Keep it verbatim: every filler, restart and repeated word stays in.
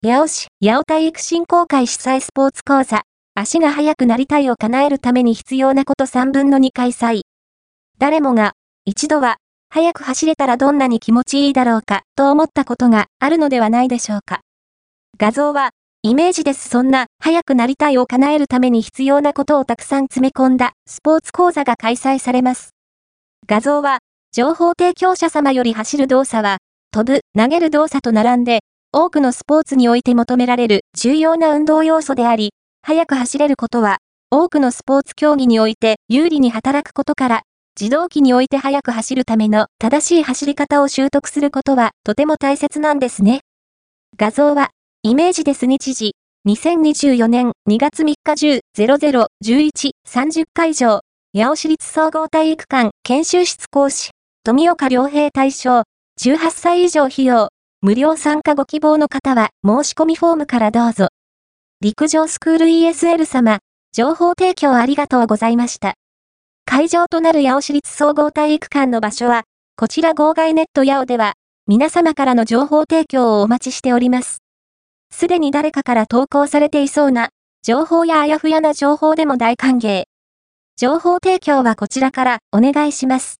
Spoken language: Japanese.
八尾市、八尾体育振興会主催スポーツ講座、足が速くなりたいを叶えるために必要なことさんぶんのに開催。誰もが、一度は、速く走れたらどんなに気持ちいいだろうか、と思ったことがあるのではないでしょうか。画像は、イメージです。そんな、速くなりたいを叶えるために必要なことをたくさん詰め込んだ、スポーツ講座が開催されます。画像は、情報提供者様より走る動作は、飛ぶ、投げる動作と並んで、多くのスポーツにおいて求められる重要な運動要素であり、速く走れることは、多くのスポーツ競技において有利に働くことから、自動機において速く走るための正しい走り方を習得することはとても大切なんですね。画像は、イメージです。日時、にせんにじゅうよねんにがつみっかじゅう、じゅうじゅういち、さんじゅう会場、八尾市立総合体育館研修室講師、富岡良平対象、じゅうはっさい以上費用、無料参加ご希望の方は申し込みフォームからどうぞ。陸上スクール イーエスエル 様、情報提供ありがとうございました。会場となる八尾市立総合体育館の場所は、こちら号外ネット八尾では、皆様からの情報提供をお待ちしております。すでに誰かから投稿されていそうな、情報やあやふやな情報でも大歓迎。情報提供はこちらからお願いします。